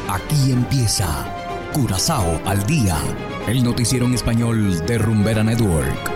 Aquí empieza Curazao al día, el noticiero en español de Rumbera Network.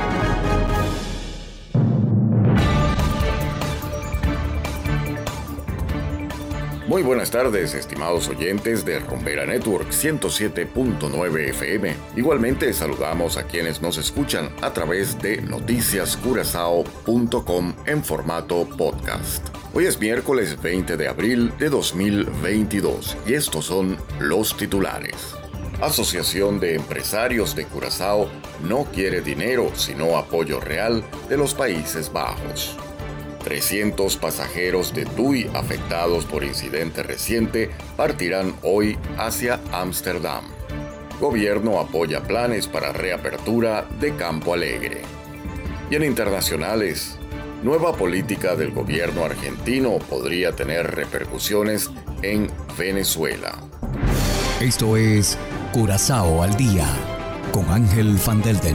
Muy buenas tardes, estimados oyentes de Rumbera Network 107.9 FM. Igualmente saludamos a quienes nos escuchan a través de noticiascurazao.com en formato podcast. Hoy es miércoles 20 de abril de 2022 y estos son los titulares. Asociación de Empresarios de Curazao no quiere dinero sino apoyo real de los Países Bajos. 300 pasajeros de TUI afectados por incidente reciente partirán hoy hacia Ámsterdam. Gobierno apoya planes para reapertura de Campo Alegre. Y en internacionales, nueva política del gobierno argentino podría tener repercusiones en Venezuela. Esto es Curazao al día con Ángel Van Delden.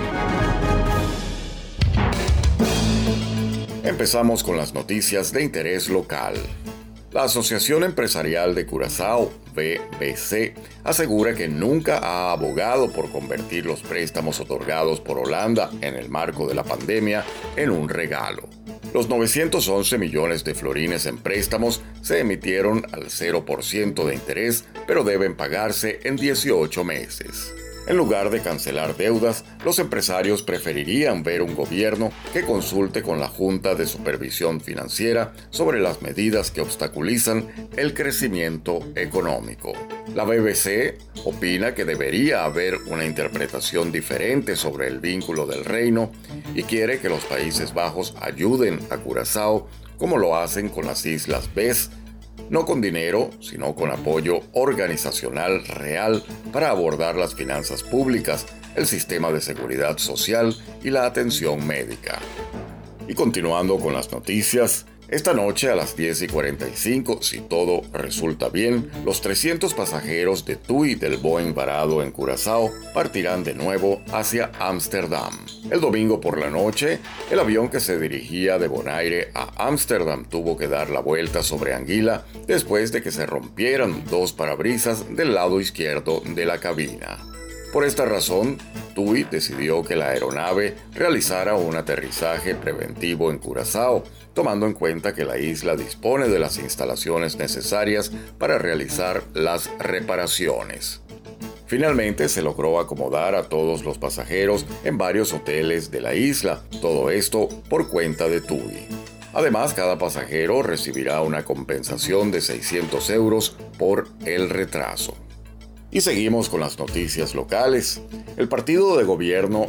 Empezamos con las noticias de interés local. La Asociación Empresarial de Curazao, BBC, asegura que nunca ha abogado por convertir los préstamos otorgados por Holanda en el marco de la pandemia en un regalo. Los 911 millones de florines en préstamos se emitieron al 0% de interés, pero deben pagarse en 18 meses. En lugar de cancelar deudas, los empresarios preferirían ver un gobierno que consulte con la Junta de Supervisión Financiera sobre las medidas que obstaculizan el crecimiento económico. La BBC opina que debería haber una interpretación diferente sobre el vínculo del reino y quiere que los Países Bajos ayuden a Curazao como lo hacen con las Islas Bes, no con dinero, sino con apoyo organizacional real para abordar las finanzas públicas, el sistema de seguridad social y la atención médica. Y continuando con las noticias, esta noche a las 10:45, si todo resulta bien, los 300 pasajeros de TUI del Boeing varado en Curazao partirán de nuevo hacia Ámsterdam. El domingo por la noche, el avión que se dirigía de Bonaire a Ámsterdam tuvo que dar la vuelta sobre Anguila después de que se rompieran dos parabrisas del lado izquierdo de la cabina. Por esta razón, TUI decidió que la aeronave realizara un aterrizaje preventivo en Curazao, tomando en cuenta que la isla dispone de las instalaciones necesarias para realizar las reparaciones. Finalmente se logró acomodar a todos los pasajeros en varios hoteles de la isla, todo esto por cuenta de TUI. Además, cada pasajero recibirá una compensación de 600 euros por el retraso. Y seguimos con las noticias locales. El partido de gobierno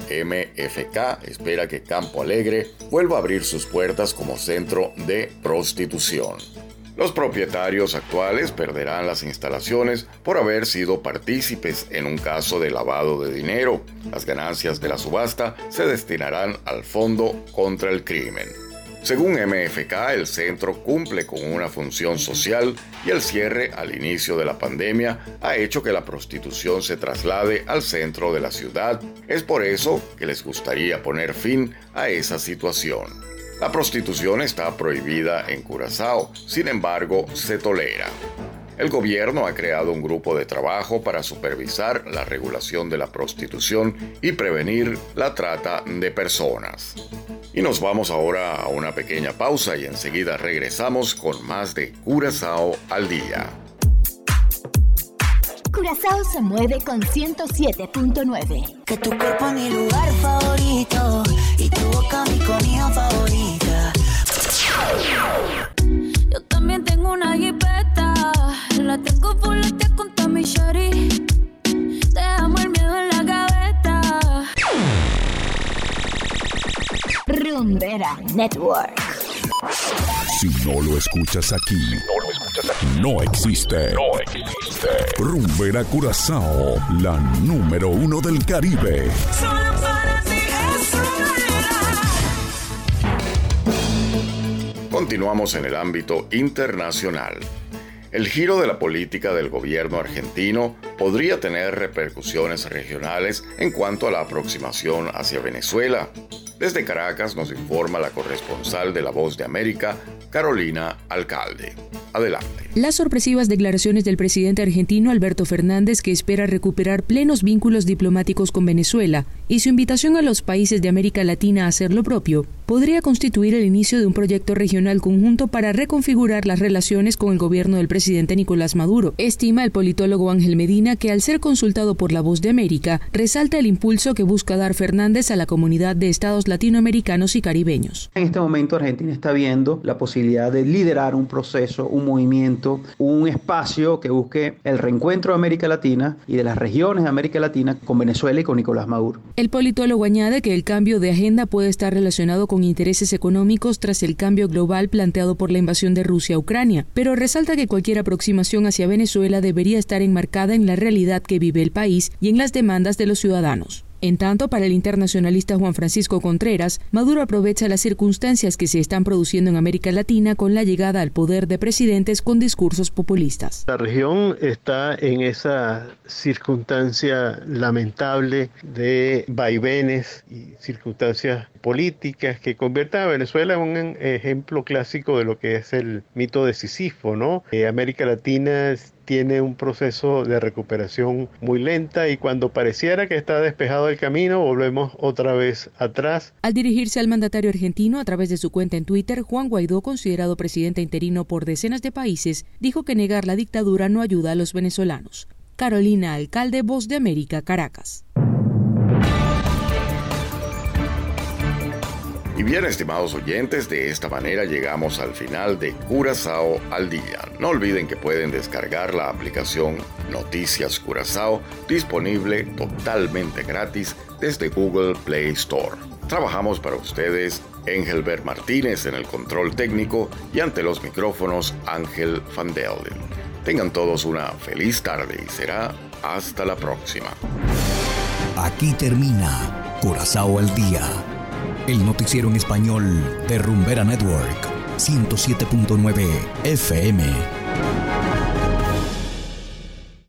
MFK espera que Campo Alegre vuelva a abrir sus puertas como centro de prostitución. Los propietarios actuales perderán las instalaciones por haber sido partícipes en un caso de lavado de dinero. Las ganancias de la subasta se destinarán al Fondo contra el Crimen. Según MFK, el centro cumple con una función social y el cierre al inicio de la pandemia ha hecho que la prostitución se traslade al centro de la ciudad. Es por eso que les gustaría poner fin a esa situación. La prostitución está prohibida en Curazao, sin embargo, se tolera. El gobierno ha creado un grupo de trabajo para supervisar la regulación de la prostitución y prevenir la trata de personas. Y nos vamos ahora a una pequeña pausa y enseguida regresamos con más de Curazao al día. Curazao se mueve con 107.9. Que tu cuerpo es mi lugar favorito y tu boca mi comida favorita. Yo también tengo una jipeta, la tengo fuletea con Tommy Shari. Te amo el miedo en la gaveta. Rumbera Network. Si no lo escuchas aquí, no existe. Rumbera Curazao, la número 1 del Caribe. Solo para ti es Rumbera. Continuamos en el ámbito internacional. El giro de la política del gobierno argentino podría tener repercusiones regionales en cuanto a la aproximación hacia Venezuela. Desde Caracas nos informa la corresponsal de La Voz de América, Carolina Alcalde. Adelante. Las sorpresivas declaraciones del presidente argentino Alberto Fernández, que espera recuperar plenos vínculos diplomáticos con Venezuela, y su invitación a los países de América Latina a hacer lo propio, podría constituir el inicio de un proyecto regional conjunto para reconfigurar las relaciones con el gobierno del presidente Nicolás Maduro. Estima el politólogo Ángel Medina que, al ser consultado por La Voz de América, resalta el impulso que busca dar Fernández a la comunidad de estados latinoamericanos y caribeños. En este momento Argentina está viendo la posibilidad de liderar un proceso, un movimiento, un espacio que busque el reencuentro de América Latina y de las regiones de América Latina con Venezuela y con Nicolás Maduro. El politólogo añade que el cambio de agenda puede estar relacionado con intereses económicos tras el cambio global planteado por la invasión de Rusia a Ucrania, pero resalta que cualquier aproximación hacia Venezuela debería estar enmarcada en la realidad que vive el país y en las demandas de los ciudadanos. En tanto, para el internacionalista Juan Francisco Contreras, Maduro aprovecha las circunstancias que se están produciendo en América Latina con la llegada al poder de presidentes con discursos populistas. La región está en esa circunstancia lamentable de vaivenes y circunstancias políticas que convierten a Venezuela en un ejemplo clásico de lo que es el mito de Sísifo, ¿no? América Latina tiene un proceso de recuperación muy lenta y cuando pareciera que está despejado el camino, volvemos otra vez atrás. Al dirigirse al mandatario argentino a través de su cuenta en Twitter, Juan Guaidó, considerado presidente interino por decenas de países, dijo que negar la dictadura no ayuda a los venezolanos. Carolina Alcalde, Voz de América, Caracas. Y bien, estimados oyentes, de esta manera llegamos al final de Curazao al Día. No olviden que pueden descargar la aplicación Noticias Curazao, disponible totalmente gratis desde Google Play Store. Trabajamos para ustedes Engelbert Martínez en el control técnico y ante los micrófonos Ángel Van Delden. Tengan todos una feliz tarde y será hasta la próxima. Aquí termina Curazao al Día, el noticiero en español de Rumbera Network, 107.9 FM.